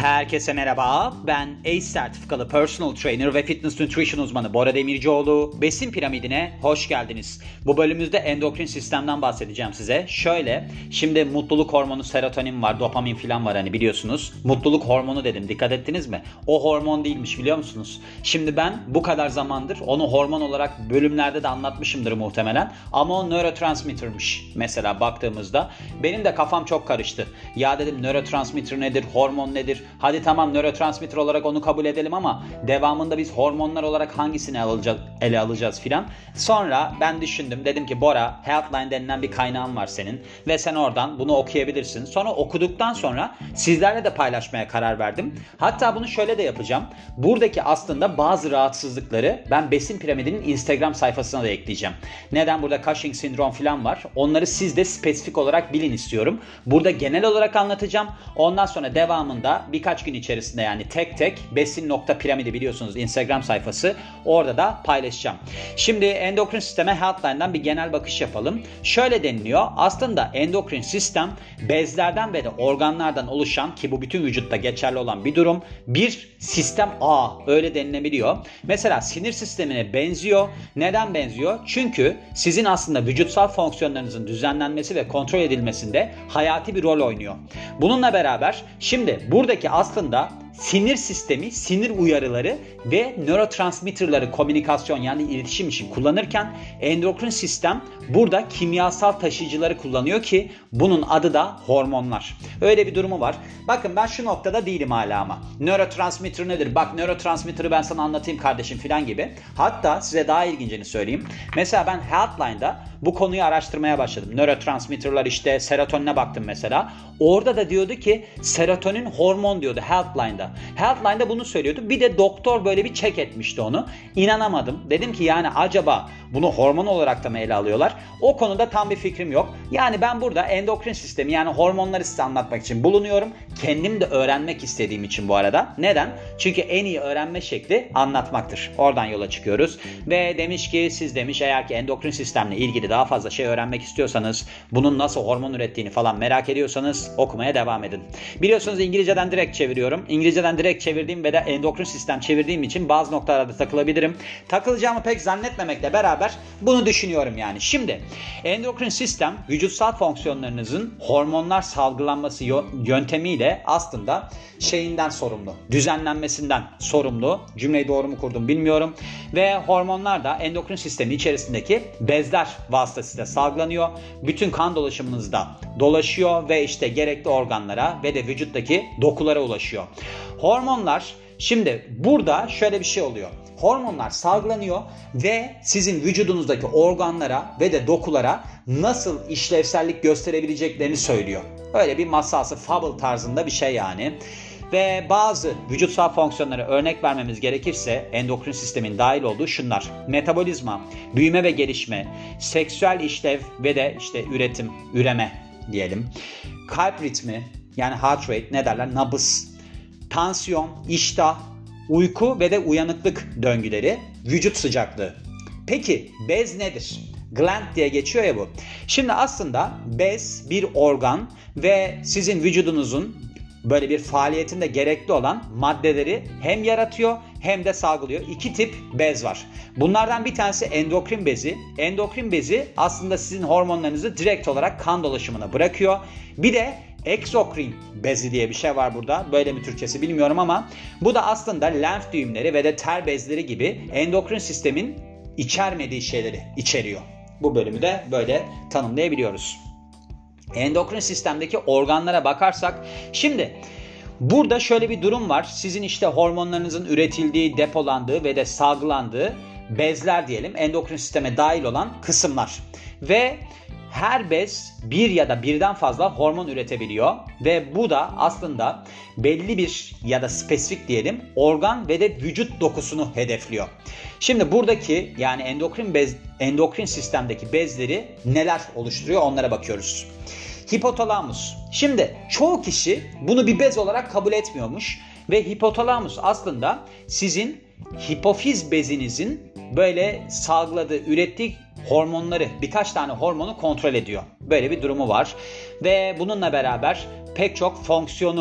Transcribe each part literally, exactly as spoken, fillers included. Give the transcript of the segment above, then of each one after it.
Herkese merhaba. Ben A C E sertifikalı personal trainer ve fitness nutrition uzmanı Bora Demircioğlu. Besin piramidine hoş geldiniz. Bu bölümümüzde endokrin sistemden bahsedeceğim size. Şöyle, şimdi mutluluk hormonu serotonin var, dopamin falan var hani biliyorsunuz. Mutluluk hormonu dedim, dikkat ettiniz mi? O hormon değilmiş, biliyor musunuz? Şimdi ben bu kadar zamandır onu hormon olarak bölümlerde de anlatmışımdır muhtemelen. Ama o nörotransmittermiş mesela baktığımızda. Benim de kafam çok karıştı. Ya dedim, nörotransmitter nedir, hormon nedir? Hadi tamam, nörotransmitter olarak onu kabul edelim ama devamında biz hormonlar olarak hangisini alacağız, ele alacağız filan. Sonra ben düşündüm, dedim ki Bora, Healthline denilen bir kaynağın var senin ve sen oradan bunu okuyabilirsin. Sonra okuduktan sonra sizlerle de paylaşmaya karar verdim. Hatta bunu şöyle de yapacağım. Buradaki aslında bazı rahatsızlıkları ben Besin Piramidi'nin Instagram sayfasına da ekleyeceğim. Neden? Burada Cushing sindrom filan var. Onları siz de spesifik olarak bilin istiyorum. Burada genel olarak anlatacağım. Ondan sonra devamında birkaç gün içerisinde, yani tek tek besin nokta piramidi biliyorsunuz Instagram sayfası, orada da paylaşacağım. Şimdi endokrin sisteme Healthline'dan bir genel bakış yapalım. Şöyle deniliyor. Aslında endokrin sistem bezlerden ve de organlardan oluşan, ki bu bütün vücutta geçerli olan bir durum, bir sistem ağ, öyle denilebiliyor. Mesela sinir sistemine benziyor. Neden benziyor? Çünkü sizin aslında vücutsal fonksiyonlarınızın düzenlenmesi ve kontrol edilmesinde hayati bir rol oynuyor. Bununla beraber şimdi buradaki aslında sinir sistemi, sinir uyarıları ve nörotransmitterları komünikasyon, yani iletişim için kullanırken endokrin sistem burada kimyasal taşıyıcıları kullanıyor ki bunun adı da hormonlar. Öyle bir durumu var. Bakın ben şu noktada değilim hala ama. Nörotransmitter nedir? Bak, nörotransmitter'ı ben sana anlatayım kardeşim filan gibi. Hatta size daha ilgincini söyleyeyim. Mesela ben Healthline'da bu konuyu araştırmaya başladım. Nörotransmitterlar, işte serotonine baktım mesela. Orada da diyordu ki serotonin hormon diyordu Healthline'da. Healthline'da bunu söylüyordu. Bir de doktor böyle bir check etmişti onu. İnanamadım. Dedim ki yani acaba bunu hormon olarak da mı ele alıyorlar? O konuda tam bir fikrim yok. Yani ben burada endokrin sistemi, yani hormonları size anlatmak için bulunuyorum. Kendim de öğrenmek istediğim için bu arada. Neden? Çünkü en iyi öğrenme şekli anlatmaktır. Oradan yola çıkıyoruz. Ve demiş ki, siz demiş, eğer ki endokrin sistemle ilgili daha fazla şey öğrenmek istiyorsanız, bunun nasıl hormon ürettiğini falan merak ediyorsanız okumaya devam edin. Biliyorsunuz İngilizceden direkt çeviriyorum. İngilizceden direkt çevirdiğim ve de endokrin sistem çevirdiğim için bazı noktalarda takılabilirim. Takılacağımı pek zannetmemekle beraber bunu düşünüyorum yani. Şimdi endokrin sistem vücutsal fonksiyonlarınızın hormonlar salgılanması yöntemiyle aslında şeyinden sorumlu. Düzenlenmesinden sorumlu. Cümleyi doğru mu kurdum bilmiyorum. Ve hormonlar da endokrin sistemi içerisindeki bezler vasıtasıyla salgılanıyor. Bütün kan dolaşımınızda dolaşıyor ve işte gerekli organlara ve de vücuttaki dokulara ulaşıyor. Hormonlar, şimdi burada şöyle bir şey oluyor. Hormonlar salgılanıyor ve sizin vücudunuzdaki organlara ve de dokulara nasıl işlevsellik gösterebileceklerini söylüyor. Öyle bir masalsı, fable tarzında bir şey yani. Ve bazı vücutsal fonksiyonlara örnek vermemiz gerekirse endokrin sistemin dahil olduğu şunlar: metabolizma, büyüme ve gelişme, seksüel işlev ve de işte üretim, üreme diyelim. Kalp ritmi, yani heart rate, ne derler, nabız, tansiyon, iştah, uyku ve de uyanıklık döngüleri, vücut sıcaklığı. Peki bez nedir? Gland diye geçiyor ya bu. Şimdi aslında bez bir organ ve sizin vücudunuzun böyle bir faaliyetinde gerekli olan maddeleri hem yaratıyor hem de salgılıyor. İki tip bez var. Bunlardan bir tanesi endokrin bezi. Endokrin bezi aslında sizin hormonlarınızı direkt olarak kan dolaşımına bırakıyor. Bir de eksokrin bezi diye bir şey var burada. Böyle mi Türkçesi bilmiyorum ama bu da aslında lenf düğümleri ve de ter bezleri gibi endokrin sistemin içermediği şeyleri içeriyor. Bu bölümü de böyle tanımlayabiliyoruz. Endokrin sistemdeki organlara bakarsak, şimdi burada şöyle bir durum var. Sizin işte hormonlarınızın üretildiği, depolandığı ve de salgılandığı bezler diyelim, endokrin sisteme dahil olan kısımlar. Ve her bez bir ya da birden fazla hormon üretebiliyor ve bu da aslında belli bir ya da spesifik diyelim organ ve de vücut dokusunu hedefliyor. Şimdi buradaki, yani endokrin bez, endokrin sistemdeki bezleri neler oluşturuyor, onlara bakıyoruz. Hipotalamus. Şimdi çoğu kişi bunu bir bez olarak kabul etmiyormuş ve hipotalamus aslında sizin hipofiz bezinizin böyle salgıladığı, ürettiği hormonları, birkaç tane hormonu kontrol ediyor. Böyle bir durumu var ve bununla beraber pek çok fonksiyonu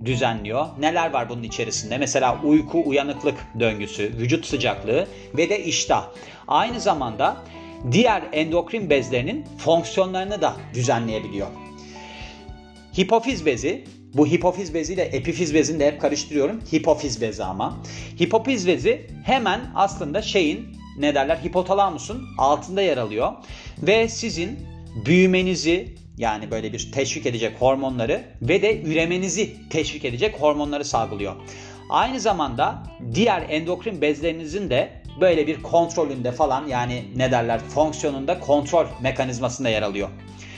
düzenliyor. Neler var bunun içerisinde? Mesela uyku uyanıklık döngüsü, vücut sıcaklığı ve de iştah. Aynı zamanda diğer endokrin bezlerinin fonksiyonlarını da düzenleyebiliyor. Hipofiz bezi, bu hipofiz beziyle epifiz bezini de hep karıştırıyorum. Hipofiz bezi ama. Hipofiz bezi hemen aslında şeyin, ne derler, hipotalamusun altında yer alıyor. Ve sizin büyümenizi, yani böyle bir teşvik edecek hormonları ve de üremenizi teşvik edecek hormonları salgılıyor. Aynı zamanda diğer endokrin bezlerinizin de böyle bir kontrolünde falan, yani ne derler, fonksiyonunda, kontrol mekanizmasında yer alıyor.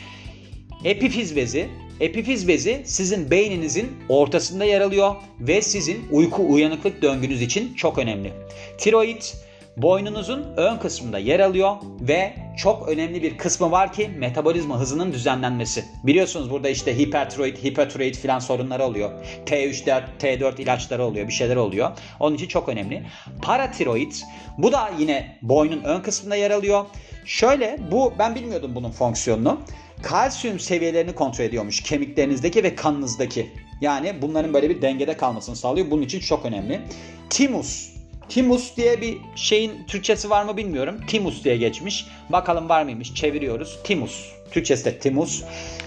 Epifiz bezi, epifiz bezi sizin beyninizin ortasında yer alıyor ve sizin uyku uyanıklık döngünüz için çok önemli. Tiroid boynunuzun ön kısmında yer alıyor ve çok önemli bir kısmı var ki metabolizma hızının düzenlenmesi. Biliyorsunuz burada işte hipertiroid, hipertiroid filan sorunları oluyor. T üç, T dört ilaçları oluyor, bir şeyler oluyor. Onun için çok önemli. Paratiroid, bu da yine boynun ön kısmında yer alıyor. Şöyle, bu ben bilmiyordum bunun fonksiyonunu. Kalsiyum seviyelerini kontrol ediyormuş kemiklerinizdeki ve kanınızdaki. Yani bunların böyle bir dengede kalmasını sağlıyor. Bunun için çok önemli. Timus. Timus diye bir şeyin Türkçesi var mı bilmiyorum. Timus diye geçmiş. Bakalım var mıymış? Çeviriyoruz. Timus. Türkçesi de timus.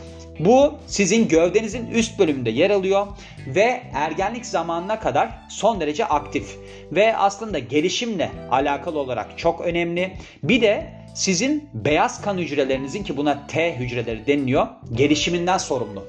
Bu sizin gövdenizin üst bölümünde yer alıyor ve ergenlik zamanına kadar son derece aktif. Ve aslında gelişimle alakalı olarak çok önemli. Bir de sizin beyaz kan hücrelerinizin, ki buna T hücreleri deniliyor, gelişiminden sorumlu.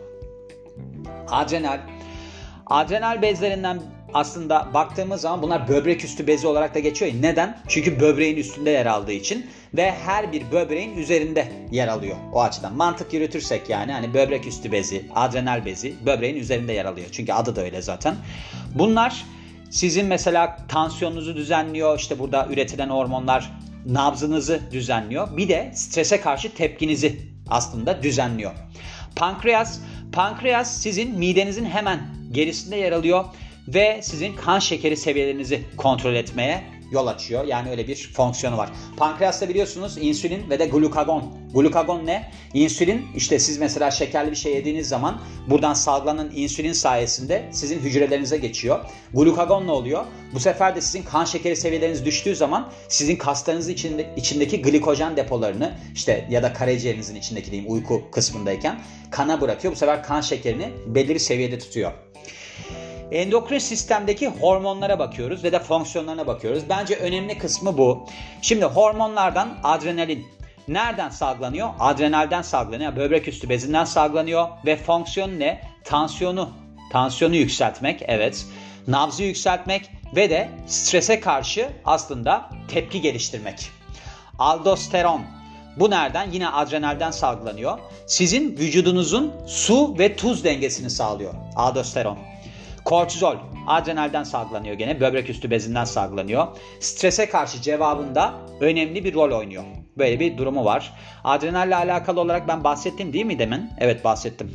Adrenal. Adrenal bezlerinden aslında baktığımız zaman bunlar böbrek üstü bezi olarak da geçiyor. Neden? Çünkü böbreğin üstünde yer aldığı için ve her bir böbreğin üzerinde yer alıyor. O açıdan mantık yürütürsek, yani hani böbrek üstü bezi, adrenal bezi böbreğin üzerinde yer alıyor. Çünkü adı da öyle zaten. Bunlar sizin mesela tansiyonunuzu düzenliyor. İşte burada üretilen hormonlar nabzınızı düzenliyor. Bir de strese karşı tepkinizi aslında düzenliyor. Pankreas, pankreas sizin midenizin hemen gerisinde yer alıyor ve sizin kan şekeri seviyelerinizi kontrol etmeye yol açıyor. Yani öyle bir fonksiyonu var. Pankreasta biliyorsunuz insülin ve de glukagon. Glukagon ne? İnsülin, işte siz mesela şekerli bir şey yediğiniz zaman buradan salgılanan insülin sayesinde sizin hücrelerinize geçiyor. Glukagon ne oluyor? Bu sefer de sizin kan şekeri seviyeleriniz düştüğü zaman sizin kaslarınızın içinde, içindeki glikojen depolarını, işte ya da karaciğerinizin içindeki diyeyim, uyku kısmındayken kana bırakıyor. Bu sefer kan şekerini belirli seviyede tutuyor. Endokrin sistemdeki hormonlara bakıyoruz ve de fonksiyonlarına bakıyoruz. Bence önemli kısmı bu. Şimdi hormonlardan adrenalin nereden salgılanıyor? Adrenalden salgılanıyor. Böbrek üstü bezinden salgılanıyor ve fonksiyon ne? Tansiyonu, tansiyonu yükseltmek, evet. Nabzı yükseltmek ve de strese karşı aslında tepki geliştirmek. Aldosteron. Bu nereden? Yine adrenalden salgılanıyor. Sizin vücudunuzun su ve tuz dengesini sağlıyor. Aldosteron. Kortizol adrenalden salgılanıyor gene. Böbrek üstü bezinden salgılanıyor. Strese karşı cevabında önemli bir rol oynuyor. Böyle bir durumu var. Adrenalle alakalı olarak ben bahsettim değil mi demin? Evet, bahsettim.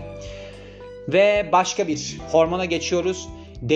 Ve başka bir hormona geçiyoruz.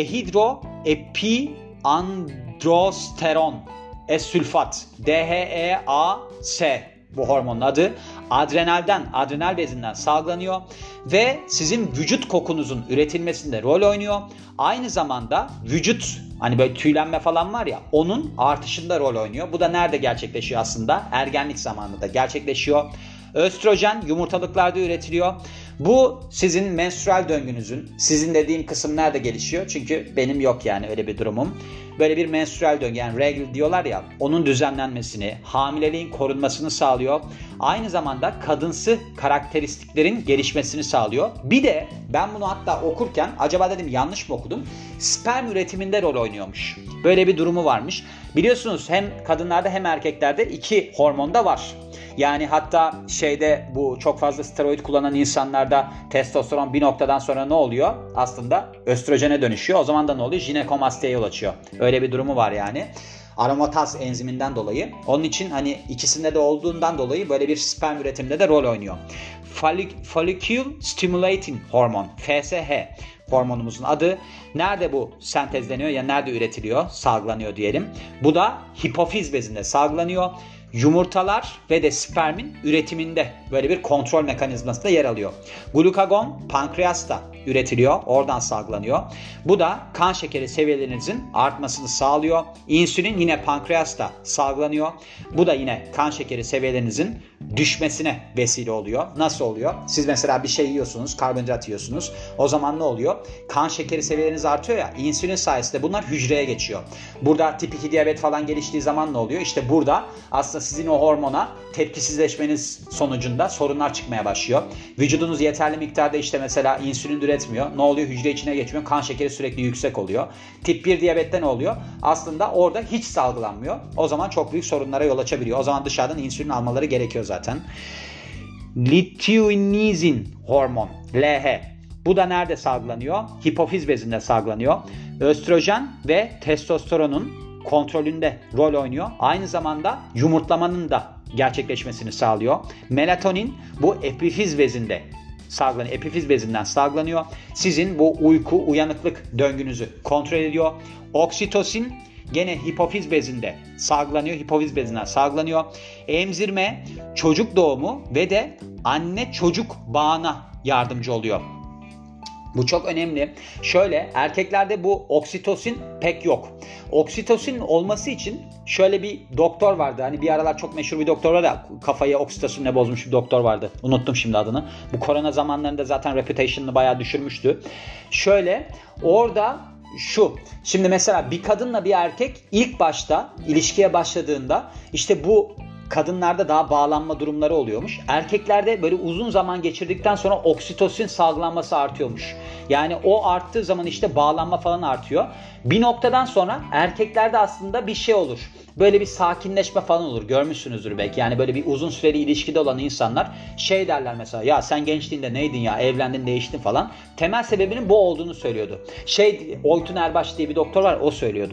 Dehidroepiandrosteron S-sülfat. D H E A S. Bu hormonun adı. Adrenalden, adrenal bezinden salgılanıyor ve sizin vücut kokunuzun üretilmesinde rol oynuyor. Aynı zamanda vücut, hani böyle tüylenme falan var ya, onun artışında rol oynuyor. Bu da nerede gerçekleşiyor aslında? Ergenlik zamanında gerçekleşiyor. Östrojen yumurtalıklarda üretiliyor. Bu sizin menstrual döngünüzün, sizin dediğim kısım nerede gelişiyor? Çünkü benim yok yani öyle bir durumum. Böyle bir menstrual döngü, yani regl diyorlar ya, onun düzenlenmesini, hamileliğin korunmasını sağlıyor. Aynı zamanda kadınsı karakteristiklerin gelişmesini sağlıyor. Bir de ben bunu hatta okurken acaba dedim yanlış mı okudum? Sperm üretiminde rol oynuyormuş. Böyle bir durumu varmış. Biliyorsunuz hem kadınlarda hem erkeklerde iki hormon da var. Yani hatta şeyde bu çok fazla steroid kullanan insanlarda testosteron bir noktadan sonra ne oluyor? Aslında östrojene dönüşüyor. O zaman da ne oluyor? Jinekomastiye yol açıyor. Öyle bir durumu var yani. Aromataz enziminden dolayı. Onun için hani ikisinde de olduğundan dolayı böyle bir sperm üretiminde de rol oynuyor. Follicle Stimulating Hormone F S H hormonumuzun adı. Nerede bu sentezleniyor ya nerede üretiliyor, salgılanıyor diyelim. Bu da hipofiz bezinde salgılanıyor yumurtalar ve de spermin üretiminde böyle bir kontrol mekanizmasında yer alıyor. Glukagon pankreasta üretiliyor, oradan salgılanıyor. Bu da kan şekeri seviyelerinizin artmasını sağlıyor. İnsülin yine pankreasta salgılanıyor. Bu da yine kan şekeri seviyelerinizin düşmesine vesile oluyor. Nasıl oluyor? Siz mesela bir şey yiyorsunuz, karbonhidrat yiyorsunuz. O zaman ne oluyor? Kan şekeri seviyeleriniz artıyor ya, insülin sayesinde bunlar hücreye geçiyor. Burada tip iki diyabet falan geliştiği zaman ne oluyor? İşte burada aslında sizin o hormona tepkisizleşmeniz sonucunda sorunlar çıkmaya başlıyor. Vücudunuz yeterli miktarda işte mesela insülin üretmiyor. Ne oluyor? Hücre içine geçmiyor. Kan şekeri sürekli yüksek oluyor. Tip bir diyabette ne oluyor? Aslında orada hiç salgılanmıyor. O zaman çok büyük sorunlara yol açabiliyor. O zaman dışarıdan insülin almaları gerekiyor zaten. Luteinizin hormon L H. Bu da nerede salgılanıyor? Hipofiz bezinde salgılanıyor. Östrojen ve testosteronun kontrolünde rol oynuyor. Aynı zamanda yumurtlamanın da gerçekleşmesini sağlıyor. Melatonin bu epifiz bezinde salgılanıyor. Epifiz bezinden salgılanıyor. Sizin bu uyku, uyanıklık döngünüzü kontrol ediyor. Oksitosin gene hipofiz bezinde salgılanıyor. Hipofiz bezinden salgılanıyor. Emzirme, çocuk doğumu ve de anne çocuk bağına yardımcı oluyor. Bu çok önemli. Şöyle, erkeklerde bu oksitosin pek yok. Oksitosin olması için şöyle bir doktor vardı. Hani bir aralar çok meşhur bir doktor var ya, kafayı oksitosinle bozmuş bir doktor vardı. Unuttum şimdi adını. Bu korona zamanlarında zaten reputation'ını bayağı düşürmüştü. Şöyle, orada şu. Şimdi mesela bir kadınla bir erkek ilk başta ilişkiye başladığında işte bu kadınlarda daha bağlanma durumları oluyormuş. Erkeklerde böyle uzun zaman geçirdikten sonra oksitosin salgılanması artıyormuş. Yani o arttığı zaman işte bağlanma falan artıyor. Bir noktadan sonra erkeklerde aslında bir şey olur. Böyle bir sakinleşme falan olur. Görmüşsünüzdür belki. Yani böyle bir uzun süreli ilişkide olan insanlar şey derler mesela, ya sen gençliğinde neydin ya, evlendin değiştin falan. Temel sebebinin bu olduğunu söylüyordu. Şey, Oytun Erbaş diye bir doktor var, o söylüyordu.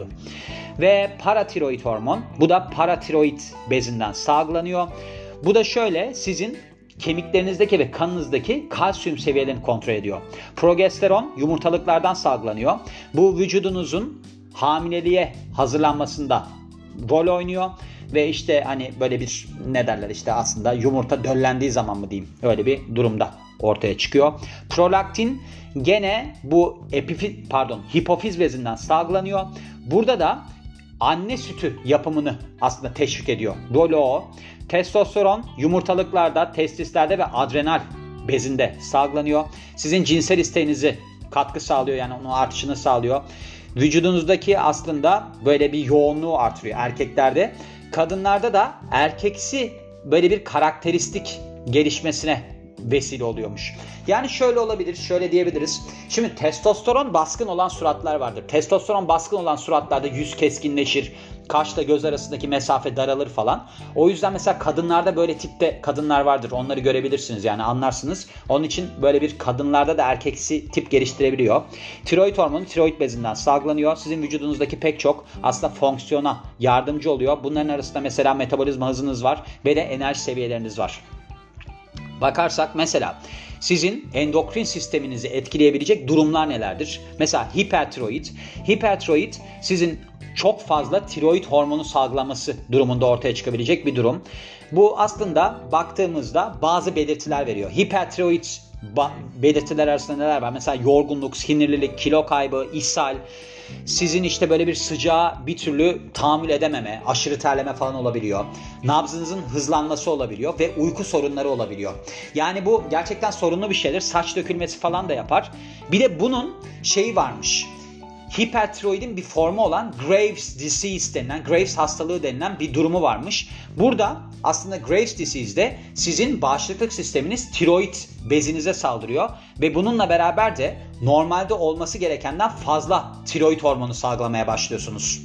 Ve paratiroid hormon. Bu da paratiroid bezinden salgılanıyor. Bu da şöyle, sizin kemiklerinizdeki ve kanınızdaki kalsiyum seviyelerini kontrol ediyor. Progesteron yumurtalıklardan salgılanıyor. Bu vücudunuzun hamileliğe hazırlanmasında rol oynuyor. Ve işte hani böyle bir ne derler işte aslında yumurta döllendiği zaman mı diyeyim, öyle bir durumda ortaya çıkıyor. Prolaktin gene bu epifiz pardon hipofiz bezinden salgılanıyor. Burada da anne sütü yapımını aslında teşvik ediyor. Rolü o. Testosteron yumurtalıklarda, testislerde ve adrenal bezinde salgılanıyor. Sizin cinsel isteğinizi katkı sağlıyor, yani onun artışını sağlıyor. Vücudunuzdaki aslında böyle bir yoğunluğu artırıyor erkeklerde. Kadınlarda da erkeksi böyle bir karakteristik gelişmesine vesile oluyormuş. Yani şöyle olabilir, şöyle diyebiliriz. Şimdi testosteron baskın olan suratlar vardır. Testosteron baskın olan suratlarda yüz keskinleşir, kaşla göz arasındaki mesafe daralır falan. O yüzden mesela kadınlarda böyle tipte kadınlar vardır. Onları görebilirsiniz, yani anlarsınız. Onun için böyle bir kadınlarda da erkeksi tip geliştirebiliyor. Tiroid hormonu tiroid bezinden salgılanıyor. Sizin vücudunuzdaki pek çok aslında fonksiyona yardımcı oluyor. Bunların arasında mesela metabolizma hızınız var ve de enerji seviyeleriniz var. Bakarsak mesela sizin endokrin sisteminizi etkileyebilecek durumlar nelerdir? Mesela hipertiroid. Hipertiroid sizin çok fazla tiroid hormonu salgılaması durumunda ortaya çıkabilecek bir durum. Bu aslında baktığımızda bazı belirtiler veriyor. Hipertiroid belirtiler arasında neler var? Mesela yorgunluk, sinirlilik, kilo kaybı, ishal, sizin işte böyle bir sıcağa bir türlü tahammül edememe, aşırı terleme falan olabiliyor. Nabzınızın hızlanması olabiliyor ve uyku sorunları olabiliyor. Yani bu gerçekten sorunlu bir şeydir. Saç dökülmesi falan da yapar. Bir de bunun şeyi varmış. Hipertiroidin bir formu olan Graves disease denilen, Graves hastalığı denilen bir durumu varmış. Burada aslında Graves disease'de sizin bağışıklık sisteminiz tiroid bezinize saldırıyor ve bununla beraber de normalde olması gerekenden fazla tiroid hormonu salgılamaya başlıyorsunuz.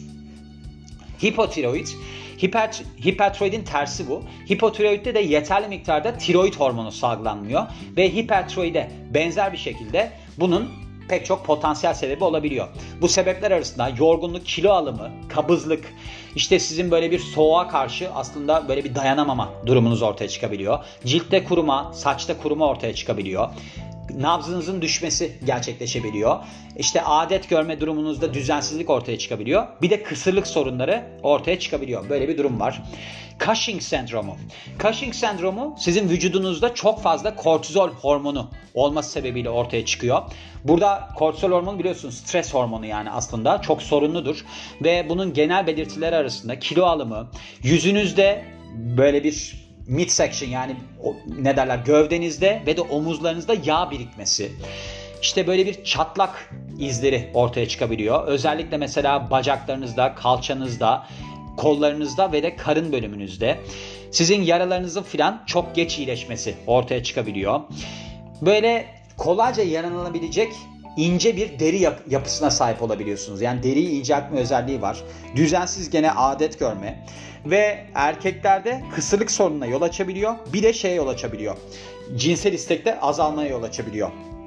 Hipotiroid, hiper, hipertiroidin tersi bu. Hipotiroidde de yeterli miktarda tiroid hormonu salgılanmıyor ve hipertiroide benzer bir şekilde bunun pek çok potansiyel sebebi olabiliyor. Bu sebepler arasında yorgunluk, kilo alımı, kabızlık, işte sizin böyle bir soğuğa karşı aslında böyle bir dayanamama durumunuz ortaya çıkabiliyor. Ciltte kuruma, saçta kuruma ortaya çıkabiliyor. nabzınızın düşmesi gerçekleşebiliyor. İşte adet görme durumunuzda düzensizlik ortaya çıkabiliyor. Bir de kısırlık sorunları ortaya çıkabiliyor. Böyle bir durum var. Cushing sendromu. Cushing sendromu sizin vücudunuzda çok fazla kortizol hormonu olması sebebiyle ortaya çıkıyor. Burada kortizol hormonu biliyorsunuz stres hormonu yani aslında çok sorunludur. Ve bunun genel belirtileri arasında kilo alımı, yüzünüzde böyle bir midsection yani ne derler gövdenizde ve de omuzlarınızda yağ birikmesi. İşte böyle bir çatlak izleri ortaya çıkabiliyor. Özellikle mesela bacaklarınızda, kalçanızda, kollarınızda ve de karın bölümünüzde. Sizin yaralarınızın filan çok geç iyileşmesi ortaya çıkabiliyor. Böyle kolayca yararlanabilecek ince bir deri yap- yapısına sahip olabiliyorsunuz. Yani deriyi inceltme özelliği var. Düzensiz gene adet görme. Ve erkeklerde kısırlık sorununa yol açabiliyor. Bir de şeye yol açabiliyor. Cinsel istekte azalmaya yol açabiliyor.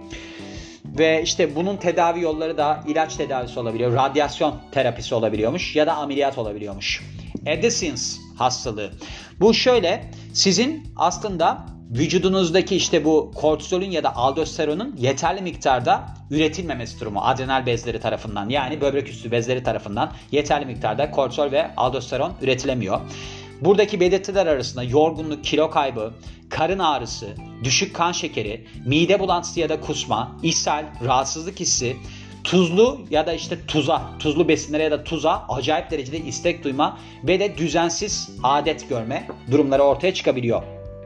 Ve işte bunun tedavi yolları da ilaç tedavisi olabiliyor. Radyasyon terapisi olabiliyormuş ya da ameliyat olabiliyormuş. Addison's hastalığı. Bu şöyle, sizin aslında vücudunuzdaki işte bu kortizolün ya da aldosteronun yeterli miktarda üretilmemesi durumu adrenal bezleri tarafından yani böbrek üstü bezleri tarafından yeterli miktarda kortizol ve aldosteron üretilemiyor. Buradaki belirtiler arasında yorgunluk, kilo kaybı, karın ağrısı, düşük kan şekeri, mide bulantısı ya da kusma, ishal, rahatsızlık hissi, tuzlu ya da işte tuza, tuzlu besinlere ya da tuza acayip derecede istek duyma ve de düzensiz adet görme durumları ortaya çıkabiliyor.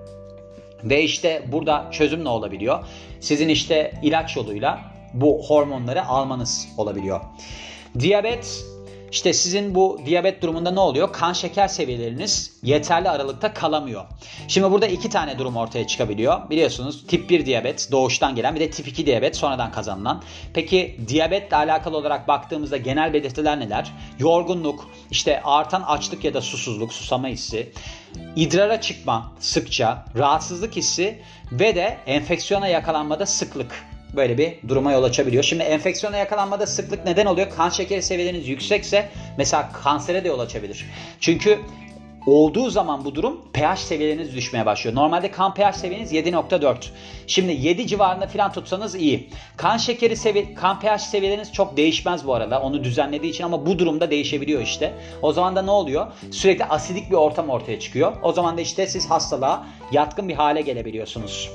Ve işte burada çözüm ne olabiliyor? Sizin işte ilaç yoluyla bu hormonları almanız olabiliyor. Diyabet, işte sizin bu diyabet durumunda ne oluyor? Kan şeker seviyeleriniz yeterli aralıkta kalamıyor. Şimdi burada iki tane durum ortaya çıkabiliyor. Biliyorsunuz tip bir diyabet doğuştan gelen, bir de tip iki diyabet sonradan kazanılan. Peki diyabetle alakalı olarak baktığımızda genel belirtiler neler? Yorgunluk, işte artan açlık ya da susuzluk, susama hissi, idrara çıkma sıkça, rahatsızlık hissi ve de enfeksiyona yakalanmada sıklık. Böyle bir duruma yol açabiliyor. Şimdi enfeksiyona yakalanmada sıklık neden oluyor? Kan şekeri seviyeleriniz yüksekse mesela kansere de yol açabilir. Çünkü olduğu zaman bu durum pH seviyeleriniz düşmeye başlıyor. Normalde kan pH seviyeniz yedi nokta dört. Şimdi yedi civarında falan tutsanız iyi. Kan şekeri sevi kan pH seviyeleriniz çok değişmez bu arada. Onu düzenlediği için ama bu durumda değişebiliyor işte. O zaman da ne oluyor? Sürekli asidik bir ortam ortaya çıkıyor. O zaman da işte siz hastalığa yatkın bir hale gelebiliyorsunuz.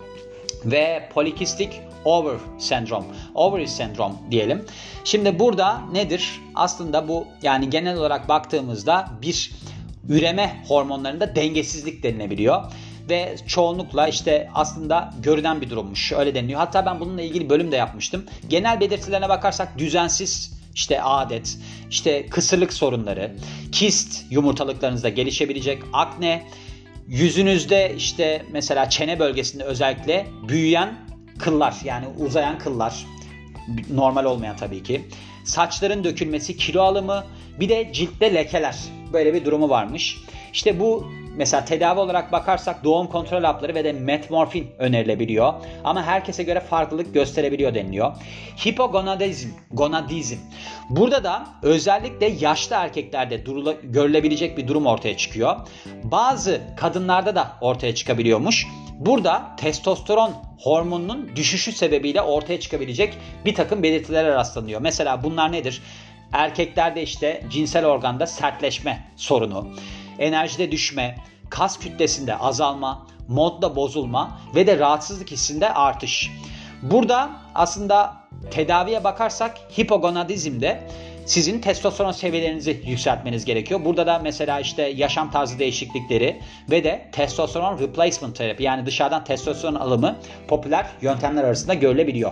Ve polikistik over sendrom, ovary sendrom diyelim. Şimdi burada nedir? Aslında bu yani genel olarak baktığımızda bir üreme hormonlarında dengesizlik denilebiliyor. Ve çoğunlukla işte aslında görünen bir durummuş. Öyle deniliyor. Hatta ben bununla ilgili bölüm de yapmıştım. Genel belirtilerine bakarsak düzensiz işte adet, işte kısırlık sorunları, kist yumurtalıklarınızda gelişebilecek, akne, yüzünüzde işte mesela çene bölgesinde özellikle büyüyen kıllar yani uzayan kıllar, normal olmayan tabii ki, saçların dökülmesi, kilo alımı, bir de ciltte lekeler, böyle bir durumu varmış. İşte bu mesela tedavi olarak bakarsak doğum kontrol hapları ve de metmorfin önerilebiliyor. Ama herkese göre farklılık gösterebiliyor deniliyor. Hipogonadizm, gonadizm. Burada da özellikle yaşlı erkeklerde durula, görülebilecek bir durum ortaya çıkıyor. Bazı kadınlarda da ortaya çıkabiliyormuş. Burada testosteron hormonunun düşüşü sebebiyle ortaya çıkabilecek bir takım belirtilere rastlanıyor. Mesela bunlar nedir? Erkeklerde işte cinsel organda sertleşme sorunu, enerjide düşme, kas kütlesinde azalma, modda bozulma ve de rahatsızlık hissinde artış. Burada aslında tedaviye bakarsak hipogonadizmde sizin testosteron seviyelerinizi yükseltmeniz gerekiyor. Burada da mesela işte yaşam tarzı değişiklikleri ve de testosteron replacement terapi yani dışarıdan testosteron alımı popüler yöntemler arasında görülebiliyor.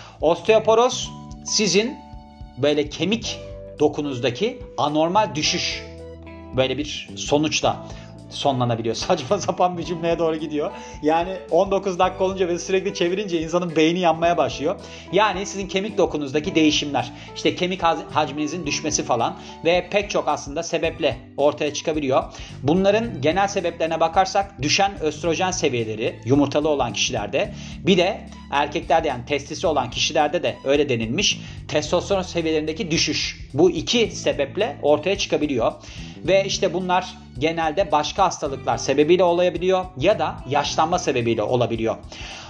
Osteoporoz sizin böyle kemik dokunuzdaki anormal düşüş böyle bir sonuçla sonlanabiliyor. Saçma sapan bir cümleye doğru gidiyor. Yani on dokuz dakika olunca ve sürekli çevirince insanın beyni yanmaya başlıyor. Yani sizin kemik dokunuzdaki değişimler, işte kemik hacminizin düşmesi falan ve pek çok aslında sebeple ortaya çıkabiliyor. Bunların genel sebeplerine bakarsak düşen östrojen seviyeleri yumurtalı olan kişilerde, bir de erkeklerde yani testisi olan kişilerde de öyle denilmiş. Testosteron seviyelerindeki düşüş. Bu iki sebeple ortaya çıkabiliyor. Ve işte bunlar genelde başka hastalıklar sebebiyle olabiliyor ya da yaşlanma sebebiyle olabiliyor.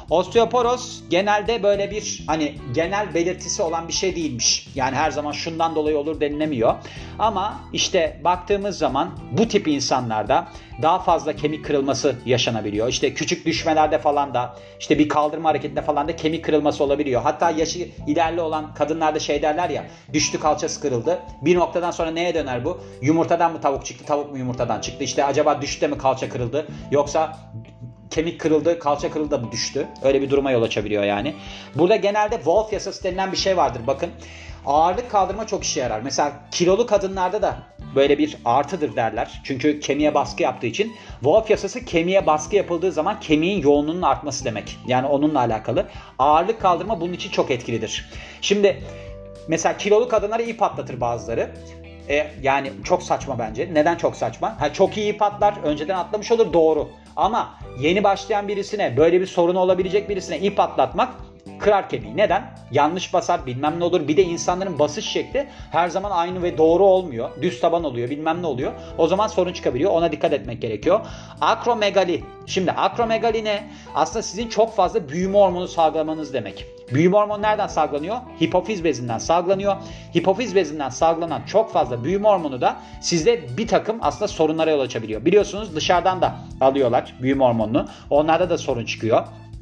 Osteoporoz genelde böyle bir hani genel belirtisi olan bir şey değilmiş. Yani her zaman şundan dolayı olur denilemiyor. Ama işte baktığımız zaman bu tip insanlarda daha fazla kemik kırılması yaşanabiliyor. İşte küçük düşmelerde falan da işte bir kaldırma hareketinde falan da kemik kırılması olabiliyor. Hatta yaşı ilerli olan kadınlarda şey derler ya, düştü kalçası kırıldı. Bir noktadan sonra neye döner bu? Yumurtadan mı tavuk çıktı, tavuk mu yumurtadan çıktı? İşte acaba düştü mi kalça kırıldı, yoksa kemik kırıldı, kalça kırıldı da mı düştü? Öyle bir duruma yol açabiliyor yani. Burada genelde Wolff yasası denilen bir şey vardır. Bakın, ağırlık kaldırma çok işe yarar. Mesela kilolu kadınlarda da böyle bir artıdır derler. Çünkü kemiğe baskı yaptığı için. Wolff yasası kemiğe baskı yapıldığı zaman kemiğin yoğunluğunun artması demek. Yani onunla alakalı. Ağırlık kaldırma bunun için çok etkilidir. Şimdi mesela kilolu kadınlara ip atlatır bazıları. E, yani çok saçma bence. Neden çok saçma? Ha, çok iyi ip atlar. Önceden atlamış olur, doğru. Ama yeni başlayan birisine, böyle bir sorunu olabilecek birisine ip atlatmak kırar kemiği. Neden? Yanlış basar, bilmem ne olur. Bir de insanların basış şekli her zaman aynı ve doğru olmuyor. Düz taban oluyor, bilmem ne oluyor. O zaman sorun çıkabiliyor. Ona dikkat etmek gerekiyor. Akromegali. Şimdi akromegali ne? Aslında sizin çok fazla büyüme hormonu salgılamanız demek. Büyüme hormonu nereden salgılanıyor? Hipofiz bezinden salgılanıyor. Hipofiz bezinden salgılanan çok fazla büyüme hormonu da sizde bir takım aslında sorunlara yol açabiliyor. Biliyorsunuz dışarıdan da alıyorlar büyüme hormonunu. Onlarda da sorun çıkıyor.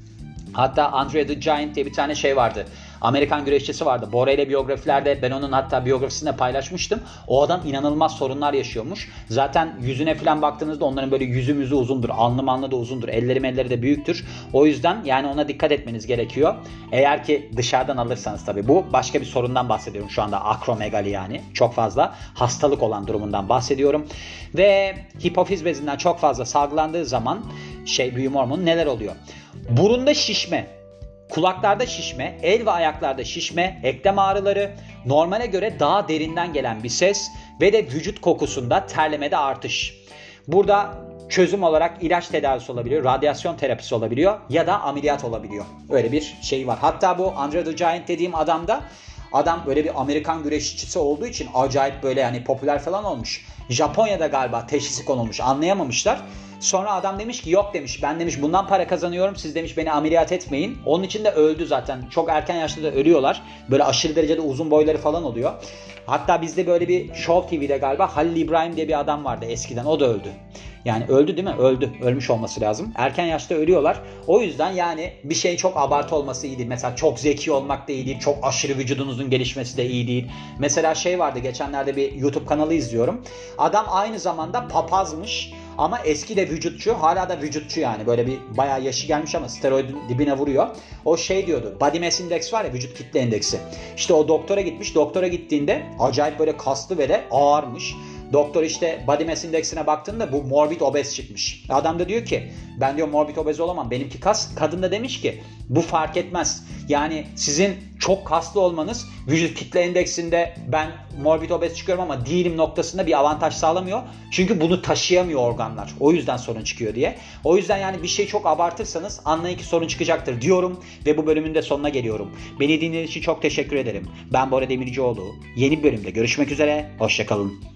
Hatta Andre the Giant diye bir tane şey vardı. Amerikan güreşçisi vardı. Bora ile biyografilerde ben onun hatta biyografisini de paylaşmıştım. O adam inanılmaz sorunlar yaşıyormuş. Zaten yüzüne falan baktığınızda onların böyle yüzü müzü uzundur. Alnı manlı da uzundur. Elleri elleri de büyüktür. O yüzden yani ona dikkat etmeniz gerekiyor. Eğer ki dışarıdan alırsanız tabii. Bu başka bir sorundan bahsediyorum şu anda. Akromegali yani. Çok fazla hastalık olan durumundan bahsediyorum. Ve hipofiz bezinden çok fazla salgılandığı zaman şey büyüme hormonu neler oluyor? Burunda şişme, kulaklarda şişme, el ve ayaklarda şişme, eklem ağrıları, normale göre daha derinden gelen bir ses ve de vücut kokusunda, terlemede artış. Burada çözüm olarak ilaç tedavisi olabiliyor, radyasyon terapisi olabiliyor ya da ameliyat olabiliyor. Öyle bir şey var. Hatta bu Andre the Giant dediğim adamda, adam böyle bir Amerikan güreşçisi olduğu için acayip böyle yani popüler falan olmuş. Japonya'da galiba teşhisi konulmuş, anlayamamışlar. Sonra adam demiş ki yok demiş, ben demiş bundan para kazanıyorum, siz demiş beni ameliyat etmeyin. Onun için de öldü zaten. Çok erken yaşta da ölüyorlar. Böyle aşırı derecede uzun boyları falan oluyor. Hatta bizde böyle bir Show T V'de galiba Halil İbrahim diye bir adam vardı eskiden, o da öldü. Yani öldü değil mi? Öldü. Ölmüş olması lazım. Erken yaşta ölüyorlar. O yüzden yani bir şey çok abartı olması iyi değil. Mesela çok zeki olmak da iyi değil. Çok aşırı vücudunuzun gelişmesi de iyi değil. Mesela şey vardı, geçenlerde bir YouTube kanalı izliyorum. Adam aynı zamanda papazmış. Ama eski de vücutçu, hala da vücutçu yani. Böyle bir bayağı yaşı gelmiş ama steroidin dibine vuruyor. O şey diyordu, body mass index var ya, vücut kitle endeksi. İşte o doktora gitmiş. Doktora gittiğinde acayip böyle kaslı ve de ağırmış. Doktor işte body mass indeksine baktığında bu morbid obez çıkmış. Adam da diyor ki ben diyor morbid obez olamam, benimki kas. Kadın da demiş ki bu fark etmez. Yani sizin çok kaslı olmanız vücut kitle endeksinde ben morbid obez çıkıyorum ama değilim noktasında bir avantaj sağlamıyor. Çünkü bunu taşıyamıyor organlar. O yüzden sorun çıkıyor diye. O yüzden yani bir şey çok abartırsanız anlayın ki sorun çıkacaktır diyorum ve bu bölümün de sonuna geliyorum. Beni dinlediğiniz için çok teşekkür ederim. Ben Bora Demircioğlu. Yeni bir bölümde görüşmek üzere. Hoşça kalın.